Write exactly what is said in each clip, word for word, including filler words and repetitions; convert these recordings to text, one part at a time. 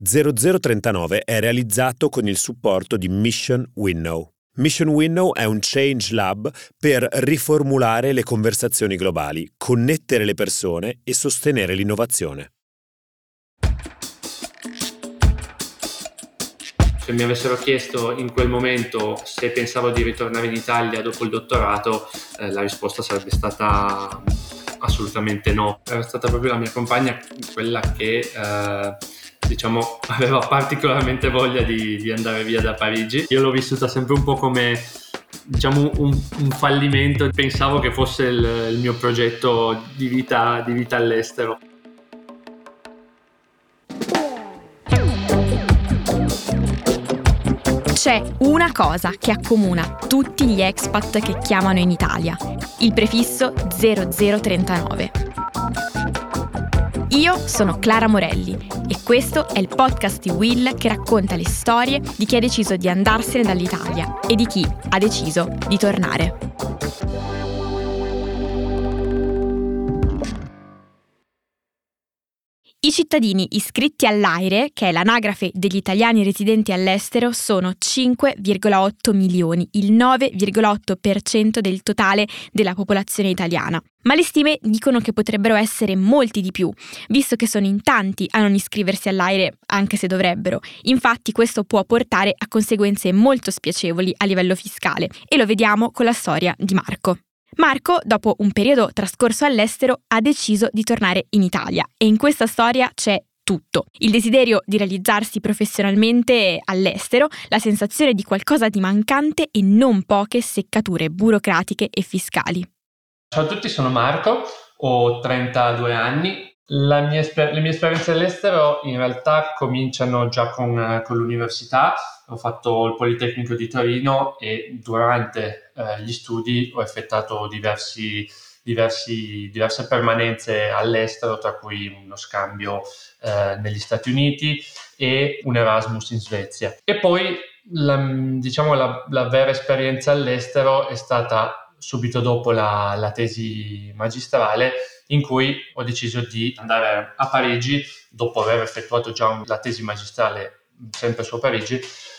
zero zero trentanove è realizzato con il supporto di Mission Winnow. Mission Winnow è un change lab per riformulare le conversazioni globali, connettere le persone e sostenere l'innovazione. Se mi avessero chiesto in quel momento se pensavo di ritornare in Italia dopo il dottorato, eh, la risposta sarebbe stata assolutamente no. Era stata proprio la mia compagna quella che eh, diciamo aveva particolarmente voglia di, di andare via da Parigi. Io l'ho vissuta sempre un po' come diciamo un, un fallimento. Pensavo che fosse il, il mio progetto di vita, di vita all'estero. C'è una cosa che accomuna tutti gli expat che chiamano in Italia: il prefisso zero zero trentanove. Io sono Clara Morelli e questo è il podcast di Will che racconta le storie di chi ha deciso di andarsene dall'Italia e di chi ha deciso di tornare. I cittadini iscritti all'AIRE, che è l'anagrafe degli italiani residenti all'estero, sono cinque virgola otto milioni, il nove virgola otto per cento del totale della popolazione italiana. Ma le stime dicono che potrebbero essere molti di più, visto che sono in tanti a non iscriversi all'AIRE, anche se dovrebbero. Infatti questo può portare a conseguenze molto spiacevoli a livello fiscale, e lo vediamo con la storia di Marco. Marco, dopo un periodo trascorso all'estero, ha deciso di tornare in Italia e in questa storia c'è tutto. Il desiderio di realizzarsi professionalmente all'estero, la sensazione di qualcosa di mancante e non poche seccature burocratiche e fiscali. Ciao a tutti, sono Marco, ho trentadue anni. La mia esper- le mie esperienze all'estero in realtà cominciano già con, con l'università. Ho fatto il Politecnico di Torino e durante eh, gli studi ho effettuato diversi, diversi, diverse permanenze all'estero, tra cui uno scambio eh, negli Stati Uniti e un Erasmus in Svezia. E poi la, diciamo la, la vera esperienza all'estero è stata subito dopo la, la tesi magistrale, in cui ho deciso di andare a Parigi, dopo aver effettuato già un, la tesi magistrale sempre su Parigi,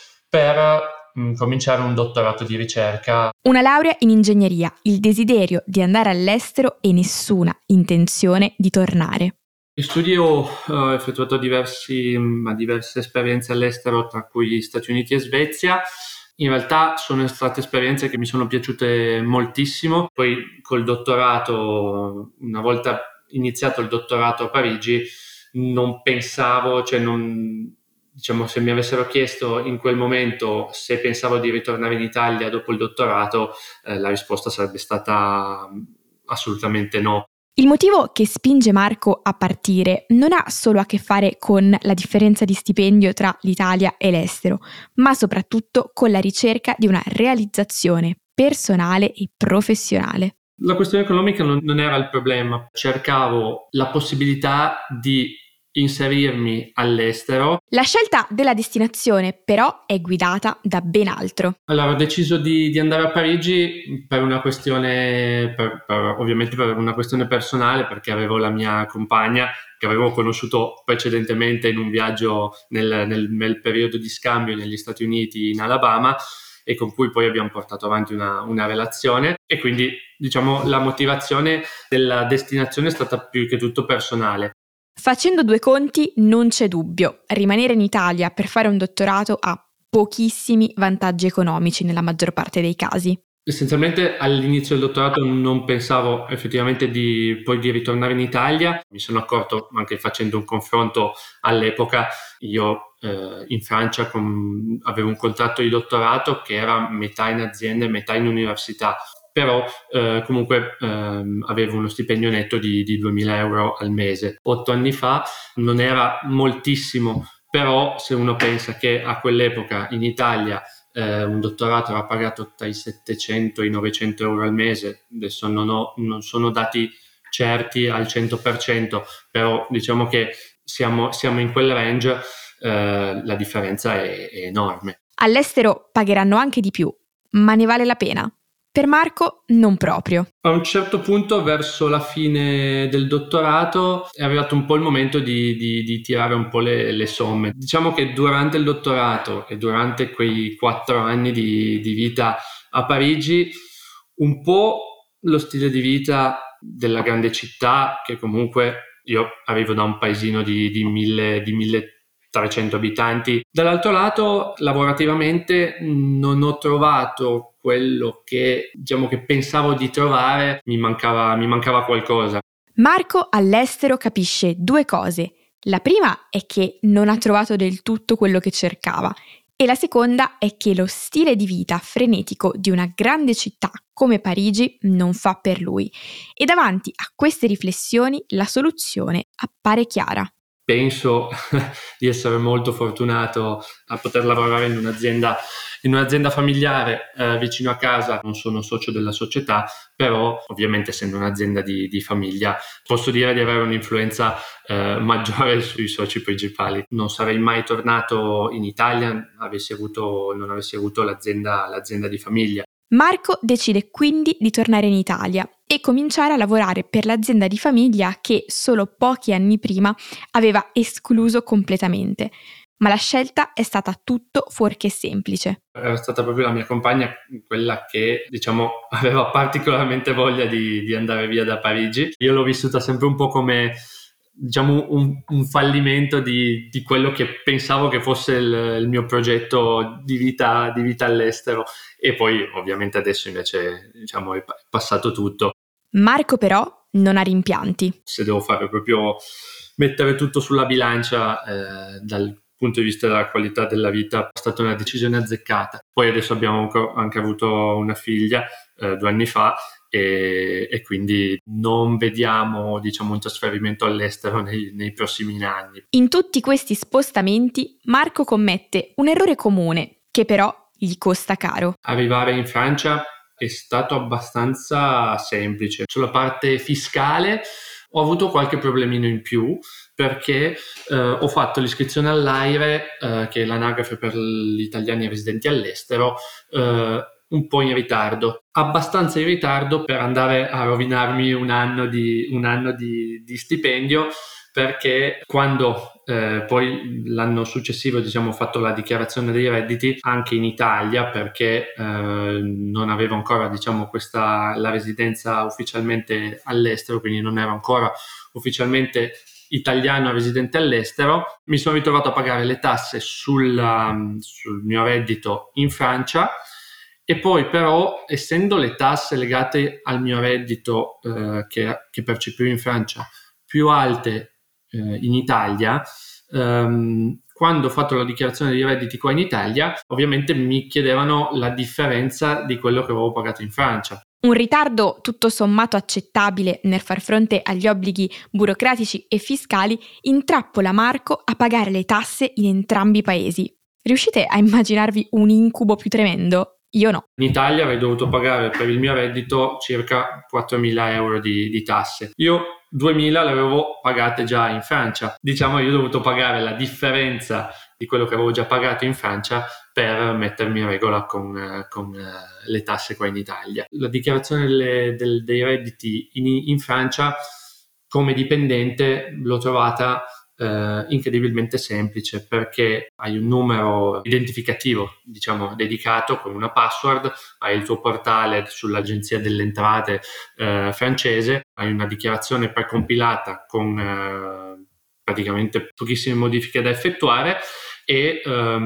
per mh, cominciare un dottorato di ricerca. Una laurea in ingegneria, il desiderio di andare all'estero e nessuna intenzione di tornare. In studi ho uh, effettuato diversi, mh, diverse esperienze all'estero, tra cui Stati Uniti e Svezia. In realtà sono state esperienze che mi sono piaciute moltissimo. Poi col dottorato, una volta iniziato il dottorato a Parigi, non pensavo, cioè non, diciamo, se mi avessero chiesto in quel momento se pensavo di ritornare in Italia dopo il dottorato, eh, la risposta sarebbe stata assolutamente no. Il motivo che spinge Marco a partire non ha solo a che fare con la differenza di stipendio tra l'Italia e l'estero, ma soprattutto con la ricerca di una realizzazione personale e professionale. La questione economica non, non era il problema. Cercavo la possibilità di inserirmi all'estero. La scelta della destinazione però è guidata da ben altro. Allora ho deciso di, di andare a Parigi per una questione, per, per, ovviamente per una questione personale, perché avevo la mia compagna che avevo conosciuto precedentemente in un viaggio nel, nel, nel periodo di scambio negli Stati Uniti, in Alabama, e con cui poi abbiamo portato avanti una, una relazione, e quindi diciamo la motivazione della destinazione è stata più che tutto personale. Facendo due conti non c'è dubbio, rimanere in Italia per fare un dottorato ha pochissimi vantaggi economici nella maggior parte dei casi. Essenzialmente all'inizio del dottorato non pensavo effettivamente di poi di ritornare in Italia. Mi sono accorto, anche facendo un confronto all'epoca, io eh, in Francia con, avevo un contratto di dottorato che era metà in azienda e metà in università, però eh, comunque eh, avevo uno stipendio netto di, di duemila euro al mese. Otto anni fa non era moltissimo, però se uno pensa che a quell'epoca in Italia eh, un dottorato era pagato tra i settecento e i novecento euro al mese, adesso non, ho, non sono dati certi al cento per cento, però diciamo che siamo, siamo in quel range, eh, la differenza è, è enorme. All'estero pagheranno anche di più, ma ne vale la pena? Per Marco non proprio. A un certo punto, verso la fine del dottorato, è arrivato un po' il momento di, di, di tirare un po' le, le somme. Diciamo che durante il dottorato e durante quei quattro anni di, di vita a Parigi, un po' lo stile di vita della grande città, che comunque io arrivo da un paesino di, di, mille, di milletrecento abitanti. Dall'altro lato, lavorativamente non ho trovato quello che, diciamo, che pensavo di trovare, mi mancava, mi mancava qualcosa. Marco all'estero capisce due cose. La prima è che non ha trovato del tutto quello che cercava e la seconda è che lo stile di vita frenetico di una grande città come Parigi non fa per lui. E davanti a queste riflessioni la soluzione appare chiara. Penso di essere molto fortunato a poter lavorare in un'azienda, in un'azienda familiare eh, vicino a casa. Non sono socio della società, però ovviamente essendo un'azienda di, di famiglia posso dire di avere un'influenza eh, maggiore sui soci principali. Non sarei mai tornato in Italia avessi avuto, non avessi avuto l'azienda, l'azienda di famiglia. Marco decide quindi di tornare in Italia e cominciare a lavorare per l'azienda di famiglia che solo pochi anni prima aveva escluso completamente. Ma la scelta è stata tutto fuorché semplice. Era stata proprio la mia compagna quella che, diciamo, aveva particolarmente voglia di, di andare via da Parigi. Io l'ho vissuta sempre un po' come, diciamo, un, un fallimento di, di quello che pensavo che fosse il, il mio progetto di vita, di vita all'estero. E poi ovviamente adesso invece, diciamo, è passato tutto. Marco però non ha rimpianti. Se devo fare proprio mettere tutto sulla bilancia eh, dal punto di vista della qualità della vita, è stata una decisione azzeccata. Poi adesso abbiamo anche avuto una figlia eh, due anni fa e, e quindi non vediamo, diciamo, un trasferimento all'estero nei, nei prossimi anni. In tutti questi spostamenti Marco commette un errore comune che però gli costa caro. Arrivare in Francia è stato abbastanza semplice. Sulla parte fiscale ho avuto qualche problemino in più perché eh, ho fatto l'iscrizione all'AIRE, eh, che è l'anagrafe per gli italiani residenti all'estero, eh, un po' in ritardo, abbastanza in ritardo per andare a rovinarmi un anno di, un anno di, di stipendio, perché quando eh, poi l'anno successivo, diciamo, ho fatto la dichiarazione dei redditi anche in Italia, perché eh, non avevo ancora, diciamo, questa la residenza ufficialmente all'estero, quindi non ero ancora ufficialmente italiano residente all'estero, mi sono ritrovato a pagare le tasse sul, sul mio reddito in Francia. E poi però, essendo le tasse legate al mio reddito eh, che, che percepivo in Francia più alte in Italia, ehm, quando ho fatto la dichiarazione di redditi qua in Italia, ovviamente mi chiedevano la differenza di quello che avevo pagato in Francia. Un ritardo tutto sommato accettabile nel far fronte agli obblighi burocratici e fiscali intrappola Marco a pagare le tasse in entrambi i paesi. Riuscite a immaginarvi un incubo più tremendo? Io no. In Italia avrei dovuto pagare per il mio reddito circa quattromila euro di, di tasse. Io duemila le avevo pagate già in Francia. Diciamo, io ho dovuto pagare la differenza di quello che avevo già pagato in Francia per mettermi in regola con, eh, con eh, le tasse qua in Italia. La dichiarazione delle, del, dei redditi in, in Francia come dipendente l'ho trovata Uh, incredibilmente semplice, perché hai un numero identificativo, diciamo, dedicato con una password, hai il tuo portale sull'agenzia delle entrate uh, francese, hai una dichiarazione precompilata con uh, praticamente pochissime modifiche da effettuare e,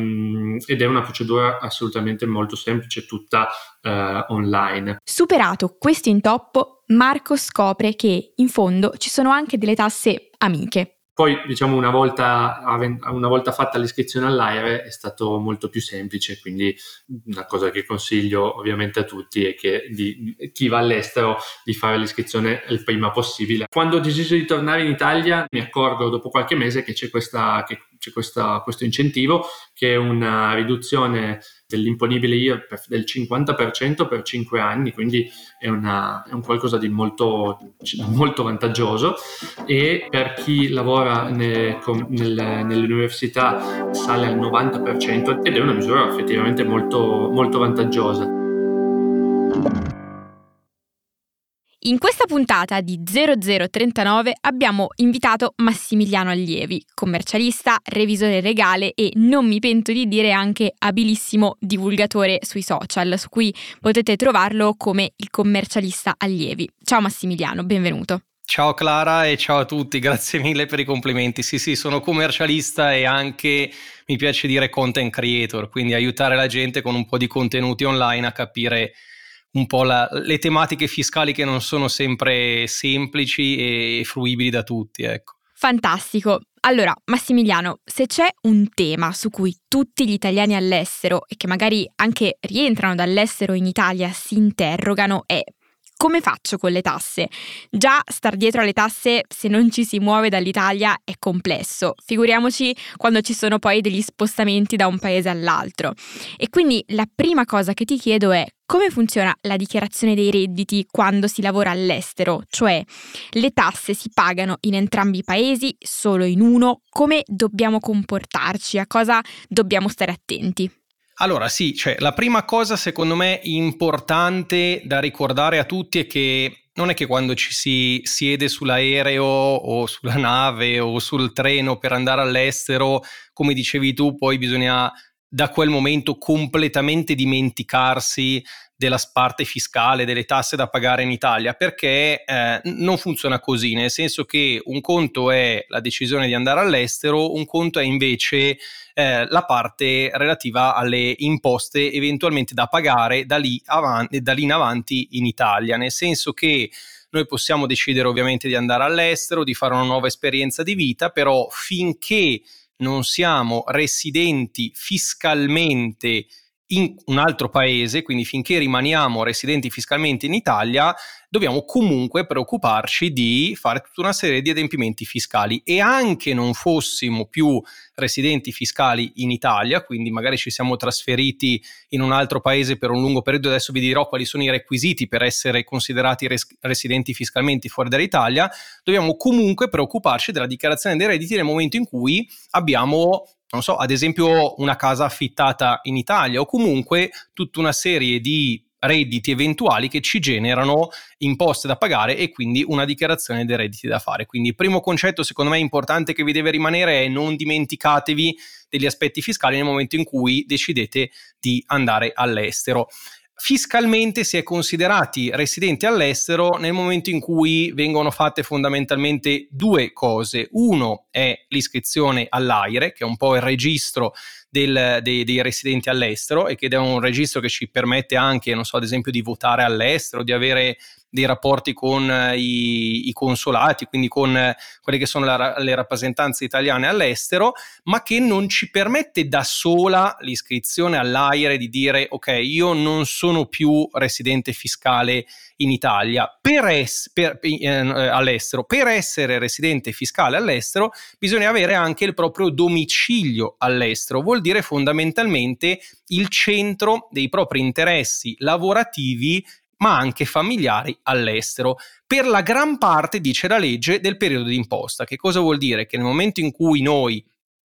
um, ed è una procedura assolutamente molto semplice, tutta uh, online. Superato questo intoppo, Marco scopre che in fondo ci sono anche delle tasse amiche. Poi, diciamo, una volta, una volta fatta l'iscrizione all'AIRE è stato molto più semplice, quindi una cosa che consiglio ovviamente a tutti è che di, chi va all'estero di fare l'iscrizione il prima possibile. Quando ho deciso di tornare in Italia mi accorgo dopo qualche mese che c'è, questa, che c'è questa, questo incentivo, che è una riduzione dell'imponibile I R P E F del cinquanta per cento per cinque anni, quindi è, una, è un qualcosa di molto, molto vantaggioso, e per chi lavora ne, com, nel, nell'università sale al novanta per cento ed è una misura effettivamente molto, molto vantaggiosa. In questa puntata di zero zero trentanove abbiamo invitato Massimiliano Allievi, commercialista, revisore legale e, non mi pento di dire, anche abilissimo divulgatore sui social, su cui potete trovarlo come il commercialista Allievi. Ciao Massimiliano, benvenuto. Ciao Clara e ciao a tutti, grazie mille per i complimenti. Sì, sì, sono commercialista e anche, mi piace dire, content creator, quindi aiutare la gente con un po' di contenuti online a capire un po' la, le tematiche fiscali che non sono sempre semplici e fruibili da tutti, ecco. Fantastico. Allora, Massimiliano, se c'è un tema su cui tutti gli italiani all'estero e che magari anche rientrano dall'estero in Italia si interrogano è: come faccio con le tasse? Già star dietro alle tasse se non ci si muove dall'Italia è complesso, figuriamoci quando ci sono poi degli spostamenti da un paese all'altro. E quindi la prima cosa che ti chiedo è: come funziona la dichiarazione dei redditi quando si lavora all'estero? Cioè, le tasse si pagano in entrambi i paesi, solo in uno? Come dobbiamo comportarci? A cosa dobbiamo stare attenti? Allora sì, cioè la prima cosa secondo me importante da ricordare a tutti è che non è che quando ci si siede sull'aereo o sulla nave o sul treno per andare all'estero, come dicevi tu, poi bisogna da quel momento completamente dimenticarsi della parte fiscale, delle tasse da pagare in Italia, perché eh, non funziona così, nel senso che un conto è la decisione di andare all'estero, un conto è invece eh, la parte relativa alle imposte eventualmente da pagare da lì, avanti, da lì in avanti in Italia, nel senso che noi possiamo decidere ovviamente di andare all'estero, di fare una nuova esperienza di vita, però finché non siamo residenti fiscalmente in un altro paese, quindi finché rimaniamo residenti fiscalmente in Italia, dobbiamo comunque preoccuparci di fare tutta una serie di adempimenti fiscali, e anche non fossimo più residenti fiscali in Italia, quindi magari ci siamo trasferiti in un altro paese per un lungo periodo, adesso vi dirò quali sono i requisiti per essere considerati res- residenti fiscalmente fuori dall'Italia, dobbiamo comunque preoccuparci della dichiarazione dei redditi nel momento in cui abbiamo, non so, ad esempio una casa affittata in Italia o comunque tutta una serie di redditi eventuali che ci generano imposte da pagare e quindi una dichiarazione dei redditi da fare. Quindi il primo concetto secondo me importante che vi deve rimanere è: non dimenticatevi degli aspetti fiscali nel momento in cui decidete di andare all'estero. Fiscalmente si è considerati residenti all'estero nel momento in cui vengono fatte fondamentalmente due cose. Uno è l'iscrizione all'AIRE, che è un po' il registro del, dei, dei residenti all'estero, e che è un registro che ci permette anche, non so, ad esempio di votare all'estero, di avere dei rapporti con i, i consolati, quindi con quelle che sono la, le rappresentanze italiane all'estero, ma che non ci permette da sola l'iscrizione all'AIRE di dire: ok, io non sono più residente fiscale in Italia per es- per, eh, all'estero. Per essere residente fiscale all'estero bisogna avere anche il proprio domicilio all'estero, vuol dire fondamentalmente il centro dei propri interessi lavorativi ma anche familiari all'estero, per la gran parte, dice la legge, del periodo di imposta. Che cosa vuol dire? Che nel momento in cui noi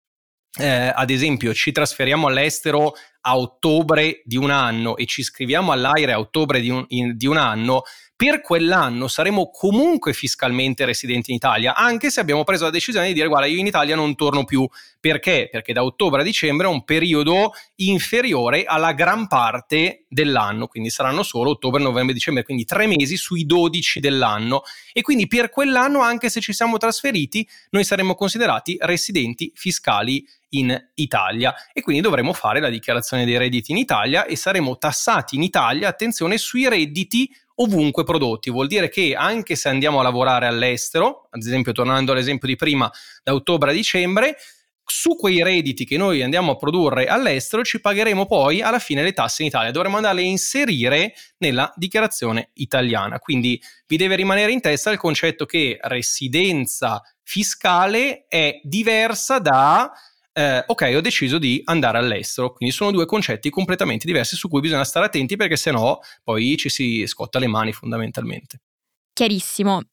eh, ad esempio ci trasferiamo all'estero a ottobre di un anno e ci iscriviamo all'AIRE a ottobre di un, in, di un anno, per quell'anno saremo comunque fiscalmente residenti in Italia, anche se abbiamo preso la decisione di dire: guarda, io in Italia non torno più. Perché? Perché da ottobre a dicembre è un periodo inferiore alla gran parte dell'anno, quindi saranno solo ottobre, novembre, dicembre, quindi tre mesi sui dodici dell'anno, e quindi per quell'anno, anche se ci siamo trasferiti, noi saremo considerati residenti fiscali in Italia, e quindi dovremo fare la dichiarazione dei redditi in Italia e saremo tassati in Italia, attenzione, sui redditi ovunque prodotti. Vuol dire che anche se andiamo a lavorare all'estero, ad esempio tornando all'esempio di prima, da ottobre a dicembre, su quei redditi che noi andiamo a produrre all'estero ci pagheremo poi alla fine le tasse in Italia, dovremo andarle a inserire nella dichiarazione italiana. Quindi vi deve rimanere in testa il concetto che residenza fiscale è diversa da Eh, ok, ho deciso di andare all'estero. Quindi sono due concetti completamente diversi su cui bisogna stare attenti, perché sennò poi ci si scotta le mani fondamentalmente. Chiarissimo.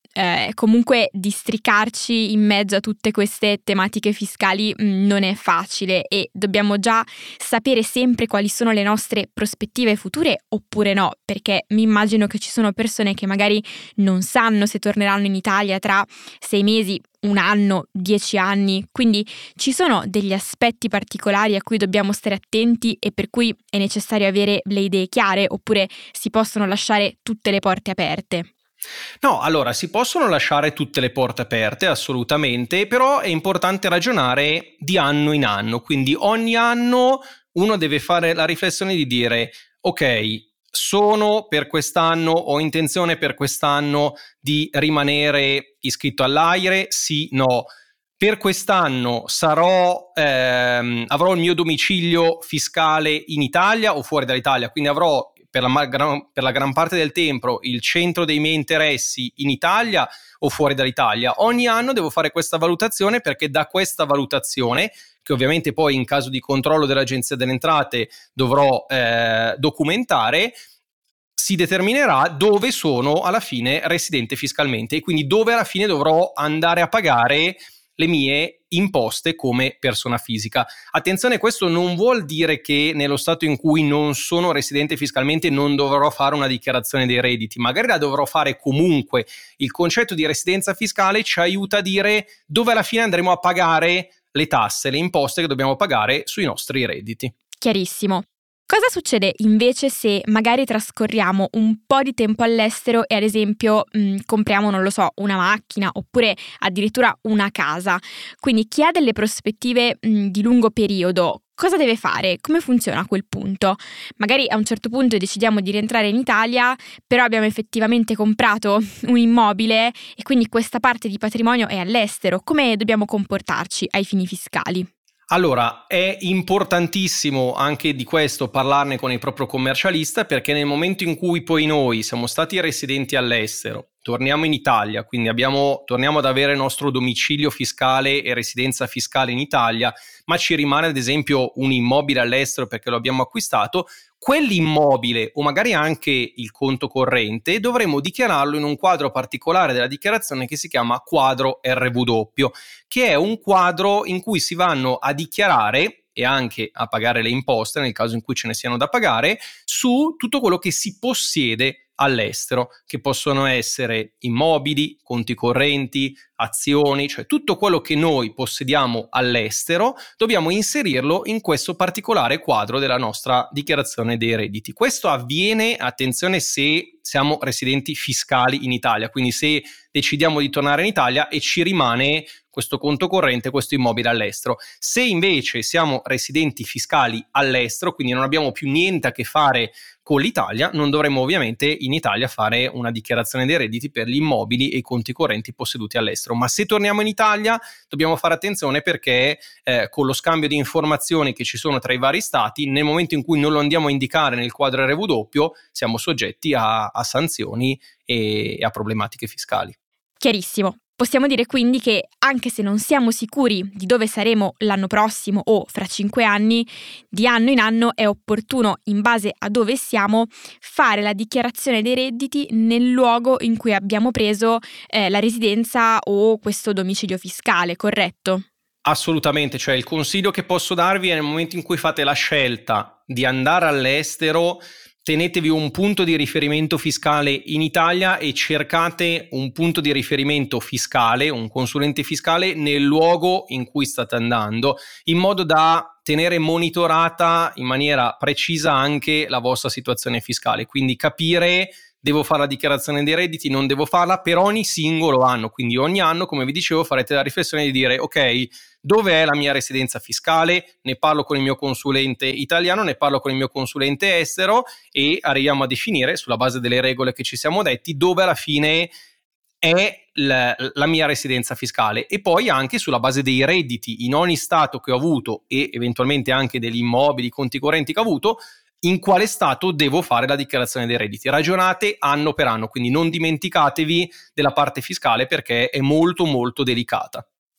eh, comunque districarci in mezzo a tutte queste tematiche fiscali mh, non è facile e dobbiamo già sapere sempre quali sono le nostre prospettive future oppure no, perché mi immagino che ci sono persone che magari non sanno se torneranno in Italia tra sei mesi, un anno, dieci anni, quindi ci sono degli aspetti particolari a cui dobbiamo stare attenti e per cui è necessario avere le idee chiare oppure si possono lasciare tutte le porte aperte? No, allora si possono lasciare tutte le porte aperte, assolutamente, però è importante ragionare di anno in anno, quindi ogni anno uno deve fare la riflessione di dire ok, sono per quest'anno, ho intenzione per quest'anno di rimanere iscritto all'AIRE? Sì, no. Per quest'anno sarò, ehm, avrò il mio domicilio fiscale in Italia o fuori dall'Italia, quindi avrò per la, per la gran parte del tempo il centro dei miei interessi in Italia o fuori dall'Italia. Ogni anno devo fare questa valutazione perché da questa valutazione, che ovviamente poi in caso di controllo dell'Agenzia delle Entrate dovrò eh, documentare, si determinerà dove sono alla fine residente fiscalmente e quindi dove alla fine dovrò andare a pagare le mie imposte come persona fisica. Attenzione, questo non vuol dire che nello stato in cui non sono residente fiscalmente non dovrò fare una dichiarazione dei redditi, magari la dovrò fare comunque. Il concetto di residenza fiscale ci aiuta a dire dove alla fine andremo a pagare le tasse, le imposte che dobbiamo pagare sui nostri redditi. Chiarissimo. Cosa succede invece se magari trascorriamo un po' di tempo all'estero e ad esempio mh, compriamo, non lo so, una macchina oppure addirittura una casa? Quindi chi ha delle prospettive mh, di lungo periodo, cosa deve fare? Come funziona a quel punto? Magari a un certo punto decidiamo di rientrare in Italia, però abbiamo effettivamente comprato un immobile e quindi questa parte di patrimonio è all'estero. Come dobbiamo comportarci ai fini fiscali? Allora, è importantissimo anche di questo parlarne con il proprio commercialista, perché nel momento in cui poi noi siamo stati residenti all'estero, torniamo in Italia, quindi abbiamo, torniamo ad avere il nostro domicilio fiscale e residenza fiscale in Italia, ma ci rimane ad esempio un immobile all'estero perché lo abbiamo acquistato, quell'immobile o magari anche il conto corrente dovremo dichiararlo in un quadro particolare della dichiarazione che si chiama quadro R V W, che è un quadro in cui si vanno a dichiarare e anche a pagare le imposte nel caso in cui ce ne siano da pagare su tutto quello che si possiede all'estero, che possono essere immobili, conti correnti, azioni, cioè tutto quello che noi possediamo all'estero dobbiamo inserirlo in questo particolare quadro della nostra dichiarazione dei redditi. Questo avviene, attenzione, se siamo residenti fiscali in Italia, quindi se decidiamo di tornare in Italia e ci rimane questo conto corrente, questo immobile all'estero. Se invece siamo residenti fiscali all'estero, quindi non abbiamo più niente a che fare con l'Italia, non dovremo ovviamente in Italia fare una dichiarazione dei redditi per gli immobili e i conti correnti posseduti all'estero. Ma se torniamo in Italia dobbiamo fare attenzione perché eh, con lo scambio di informazioni che ci sono tra i vari stati, nel momento in cui non lo andiamo a indicare nel quadro R V W, siamo soggetti a, a sanzioni e, e a problematiche fiscali. Chiarissimo. Possiamo dire quindi che anche se non siamo sicuri di dove saremo l'anno prossimo o fra cinque anni, di anno in anno è opportuno, in base a dove siamo, fare la dichiarazione dei redditi nel luogo in cui abbiamo preso eh, la residenza o questo domicilio fiscale, corretto? Assolutamente, cioè il consiglio che posso darvi è nel momento in cui fate la scelta di andare all'estero, tenetevi un punto di riferimento fiscale in Italia e cercate un punto di riferimento fiscale, un consulente fiscale nel luogo in cui state andando, in modo da tenere monitorata in maniera precisa anche la vostra situazione fiscale, quindi capire devo fare la dichiarazione dei redditi, non devo farla per ogni singolo anno, quindi ogni anno, come vi dicevo, farete la riflessione di dire ok, dove è la mia residenza fiscale, ne parlo con il mio consulente italiano, ne parlo con il mio consulente estero e arriviamo a definire sulla base delle regole che ci siamo detti dove alla fine è la, la mia residenza fiscale e poi anche sulla base dei redditi in ogni stato che ho avuto e eventualmente anche degli immobili, conti correnti che ho avuto, in quale stato devo fare la dichiarazione dei redditi. Ragionate anno per anno, quindi non dimenticatevi della parte fiscale perché è molto molto delicata.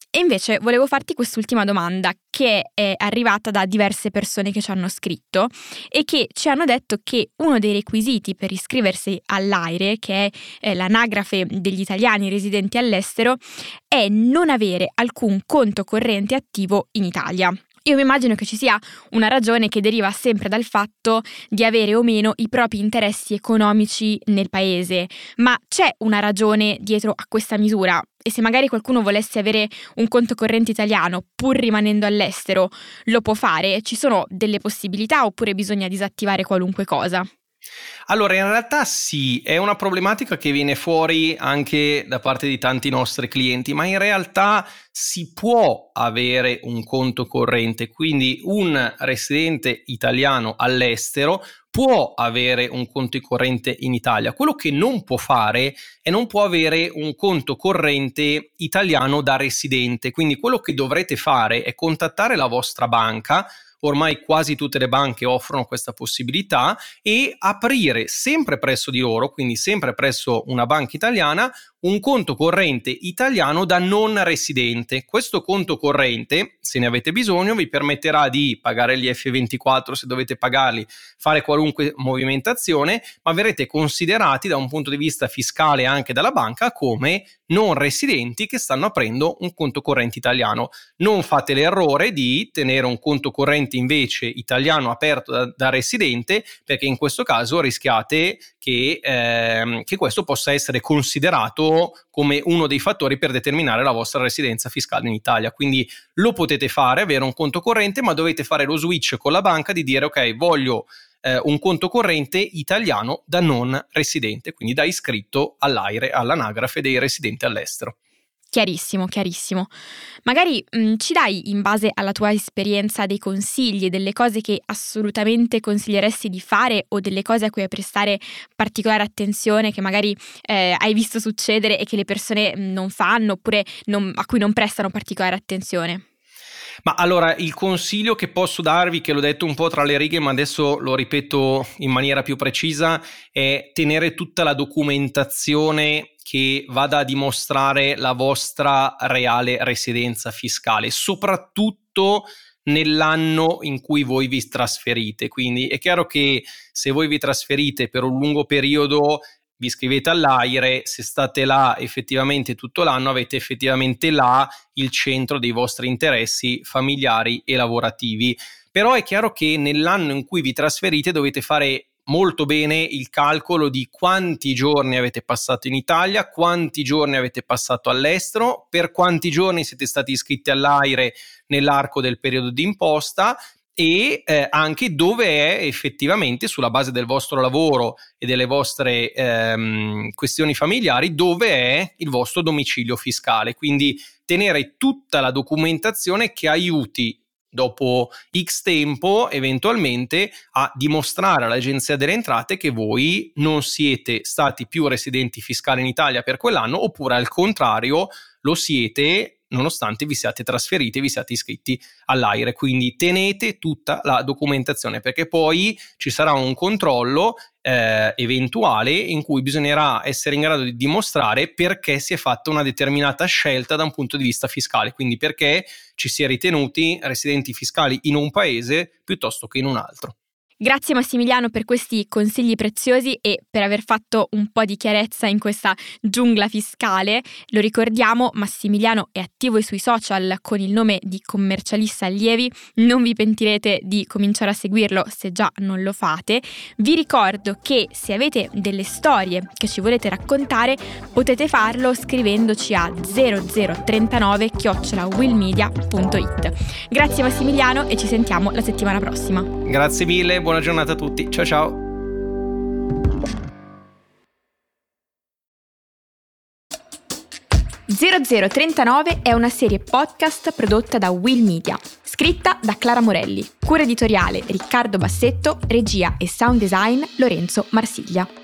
E invece volevo farti quest'ultima domanda, che è arrivata da diverse persone che ci hanno scritto e che ci hanno detto che uno dei requisiti per iscriversi all'AIRE, che è eh, l'anagrafe degli italiani residenti all'estero, è non avere alcun conto corrente attivo in Italia. Io mi immagino che ci sia una ragione che deriva sempre dal fatto di avere o meno i propri interessi economici nel paese, ma c'è una ragione dietro a questa misura? E se magari qualcuno volesse avere un conto corrente italiano pur rimanendo all'estero, lo può fare? Ci sono delle possibilità oppure bisogna disattivare qualunque cosa? Allora, in realtà sì, è una problematica che viene fuori anche da parte di tanti nostri clienti, ma in realtà si può avere un conto corrente, quindi un residente italiano all'estero può avere un conto corrente in Italia. Quello che non può fare è non può avere un conto corrente italiano da residente, quindi quello che dovrete fare è contattare la vostra banca. Ormai quasi tutte le banche offrono questa possibilità, e aprire sempre presso di loro, quindi sempre presso una banca italiana, un conto corrente italiano da non residente. Questo conto corrente, se ne avete bisogno, vi permetterà di pagare gli effe ventiquattro se dovete pagarli, fare qualunque movimentazione, ma verrete considerati da un punto di vista fiscale anche dalla banca come non residenti che stanno aprendo un conto corrente italiano. Non fate l'errore di tenere un conto corrente invece italiano aperto da, da residente, perché in questo caso rischiate che, ehm, che questo possa essere considerato come uno dei fattori per determinare la vostra residenza fiscale in Italia. Quindi lo potete fare, avere un conto corrente, ma dovete fare lo switch con la banca di dire ok, voglio eh, un conto corrente italiano da non residente, quindi da iscritto all'AIRE, all'anagrafe dei residenti all'estero. Chiarissimo, chiarissimo. Magari mh, ci dai, in base alla tua esperienza, dei consigli, delle cose che assolutamente consiglieresti di fare o delle cose a cui prestare particolare attenzione, che magari eh, hai visto succedere e che le persone non fanno oppure non, a cui non prestano particolare attenzione? Ma allora, il consiglio che posso darvi, che l'ho detto un po' tra le righe, ma adesso lo ripeto in maniera più precisa, è tenere tutta la documentazione che vada a dimostrare la vostra reale residenza fiscale, soprattutto nell'anno in cui voi vi trasferite. Quindi è chiaro che se voi vi trasferite per un lungo periodo, vi iscrivete all'AIRE, se state là effettivamente tutto l'anno, avete effettivamente là il centro dei vostri interessi familiari e lavorativi. Però è chiaro che nell'anno in cui vi trasferite dovete fare molto bene il calcolo di quanti giorni avete passato in Italia, quanti giorni avete passato all'estero, per quanti giorni siete stati iscritti all'AIRE nell'arco del periodo di imposta, e eh, anche dove è effettivamente, sulla base del vostro lavoro e delle vostre ehm, questioni familiari, dove è il vostro domicilio fiscale. Quindi tenere tutta la documentazione che aiuti dopo X tempo eventualmente a dimostrare all'Agenzia delle Entrate che voi non siete stati più residenti fiscali in Italia per quell'anno, oppure al contrario lo siete nonostante vi siate trasferiti, vi siate iscritti all'AIRE. Quindi tenete tutta la documentazione, perché poi ci sarà un controllo eh, eventuale in cui bisognerà essere in grado di dimostrare perché si è fatta una determinata scelta da un punto di vista fiscale, quindi perché ci si è ritenuti residenti fiscali in un paese piuttosto che in un altro. Grazie Massimiliano per questi consigli preziosi e per aver fatto un po' di chiarezza in questa giungla fiscale. Lo ricordiamo, Massimiliano è attivo sui social con il nome di Commercialista Allievi, non vi pentirete di cominciare a seguirlo se già non lo fate. Vi ricordo che se avete delle storie che ci volete raccontare potete farlo scrivendoci a zero zero trentanove chiocciola willmedia punto it. Grazie Massimiliano e ci sentiamo la settimana prossima. Grazie mille, buona giornata a tutti, ciao ciao. zero zero trentanove è una serie podcast prodotta da Will Media, scritta da Clara Morelli, cura editoriale Riccardo Bassetto, regia e sound design Lorenzo Marsiglia.